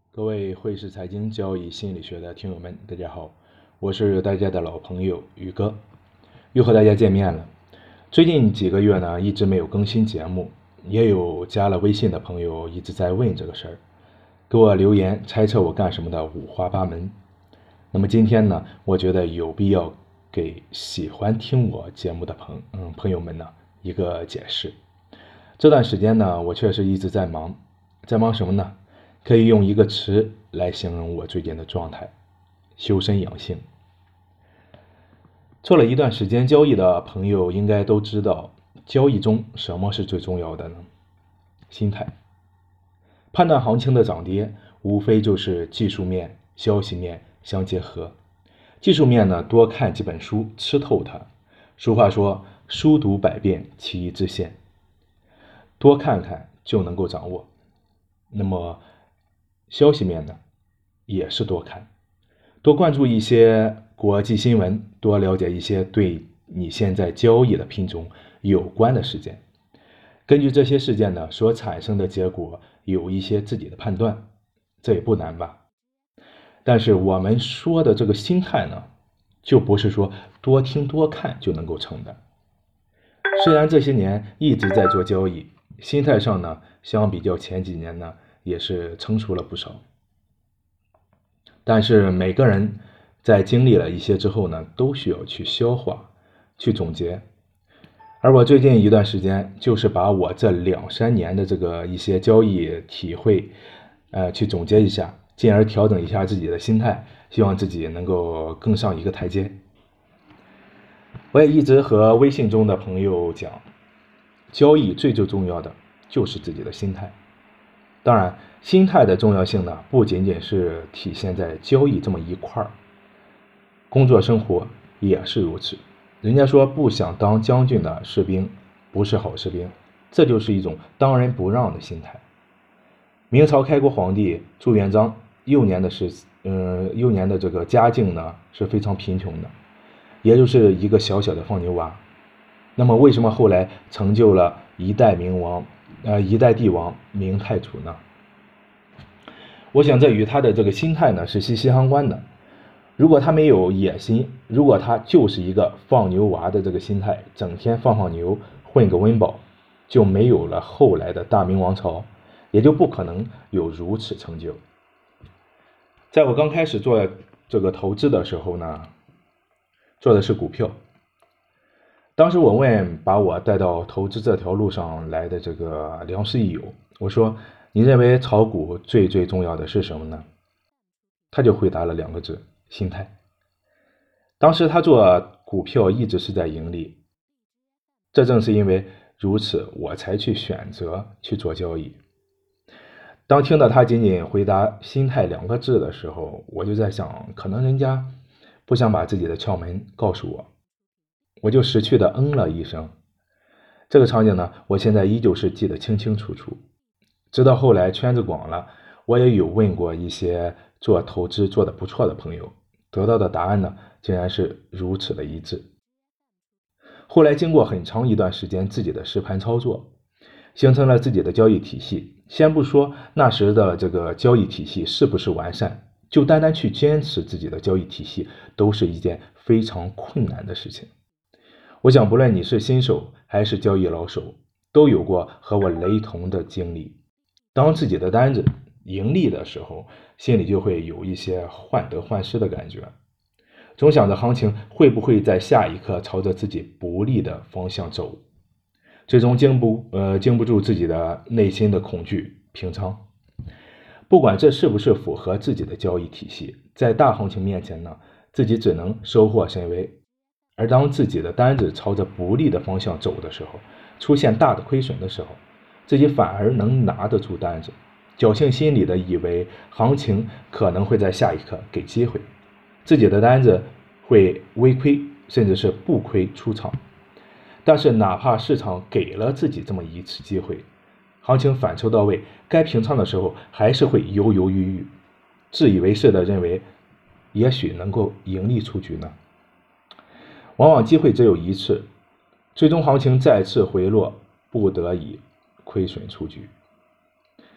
各位汇市财经交易心理学的听友们，大家好，我是大家的老朋友宇哥，又和大家见面了。最近几个月呢，一直没有更新节目，也有加了微信的朋友一直在问这个事儿，给我留言猜测我干什么的五花八门。那么今天呢，我觉得有必要给喜欢听我节目的朋友们呢一个解释。这段时间呢，我确实一直在忙，在忙什么呢？可以用一个词来形容我最近的状态：修身养性。做了一段时间交易的朋友应该都知道，交易中什么是最重要的呢？心态。判断行情的涨跌，无非就是技术面、消息面相结合。技术面呢，多看几本书，吃透它。俗话说，书读百遍，其义自现。多看看就能够掌握。那么消息面呢，也是多看，多关注一些国际新闻，多了解一些对你现在交易的品种有关的事件。根据这些事件呢所产生的结果，有一些自己的判断，这也不难吧？但是我们说的这个心态呢，就不是说多听多看就能够成的。虽然这些年一直在做交易，心态上呢，相比较前几年呢，也是成熟了不少。但是每个人在经历了一些之后呢，都需要去消化、去总结。而我最近一段时间，就是把我这2、3年的这个一些交易体会，去总结一下，进而调整一下自己的心态，希望自己能够更上一个台阶。我也一直和微信中的朋友讲，交易最重要的就是自己的心态。当然，心态的重要性呢，不仅仅是体现在交易这么一块儿，工作生活也是如此。人家说不想当将军的士兵不是好士兵，这就是一种当仁不让的心态。明朝开国皇帝朱元璋幼年的这个家境呢是非常贫穷的，也就是一个小小的放牛娃。那么为什么后来成就了一代帝王明太祖呢？我想这与他的这个心态呢是息息相关的。如果他没有野心，如果他就是一个放牛娃的这个心态，整天放牛，混个温饱，就没有了后来的大明王朝，也就不可能有如此成就。在我刚开始做这个投资的时候呢，做的是股票。当时我问把我带到投资这条路上来的这个良师益友，我说你认为炒股最重要的是什么呢？他就回答了2个字：心态。当时他做股票一直是在盈利，这正是因为如此，我才去选择去做交易。当听到他仅仅回答心态2个字的时候，我就在想，可能人家不想把自己的窍门告诉我，我就识趣的了一声。这个场景呢，我现在依旧是记得清清楚楚。直到后来圈子广了，我也有问过一些做投资做得不错的朋友，得到的答案呢，竟然是如此的一致。后来经过很长一段时间自己的实盘操作，形成了自己的交易体系。先不说那时的这个交易体系是不是完善，就单单去坚持自己的交易体系，都是一件非常困难的事情。我想不论你是新手还是交易老手，都有过和我雷同的经历。当自己的单子盈利的时候，心里就会有一些患得患失的感觉，总想着行情会不会在下一刻朝着自己不利的方向走，最终经不住自己的内心的恐惧平仓。不管这是不是符合自己的交易体系，在大行情面前呢，自己只能收获甚微。而当自己的单子朝着不利的方向走的时候，出现大的亏损的时候，自己反而能拿得住单子，侥幸心理的以为行情可能会在下一刻给机会，自己的单子会微亏甚至是不亏出场。但是哪怕市场给了自己这么一次机会，行情反抽到位，该平仓的时候还是会犹犹豫豫，自以为是的认为也许能够盈利出局呢。往往机会只有一次，最终行情再次回落，不得已亏损出局。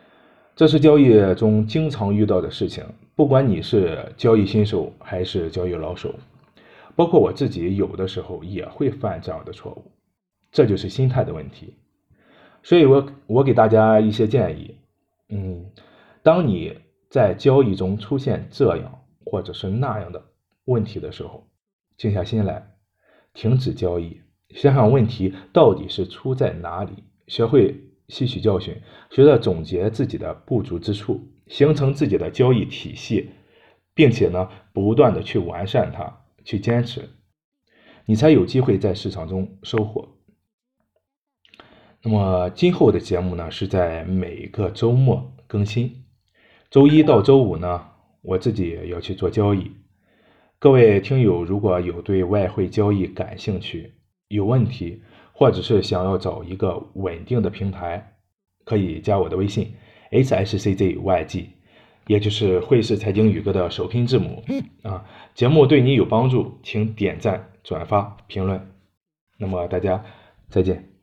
这是交易中经常遇到的事情，不管你是交易新手还是交易老手，包括我自己有的时候也会犯这样的错误，这就是心态的问题。所以我给大家一些建议，当你在交易中出现这样或者是那样的问题的时候，静下心来，停止交易，想想问题到底是出在哪里，学会吸取教训，学着总结自己的不足之处，形成自己的交易体系，并且呢，不断的去完善它，去坚持，你才有机会在市场中收获。那么今后的节目呢，是在每个周末更新，周一到周五呢，我自己要去做交易。各位听友如果有对外汇交易感兴趣，有问题，或者是想要找一个稳定的平台，可以加我的微信 HSCZYG， 也就是汇市财经宇哥的首拼字母啊。节目对你有帮助，请点赞、转发、评论。那么大家再见。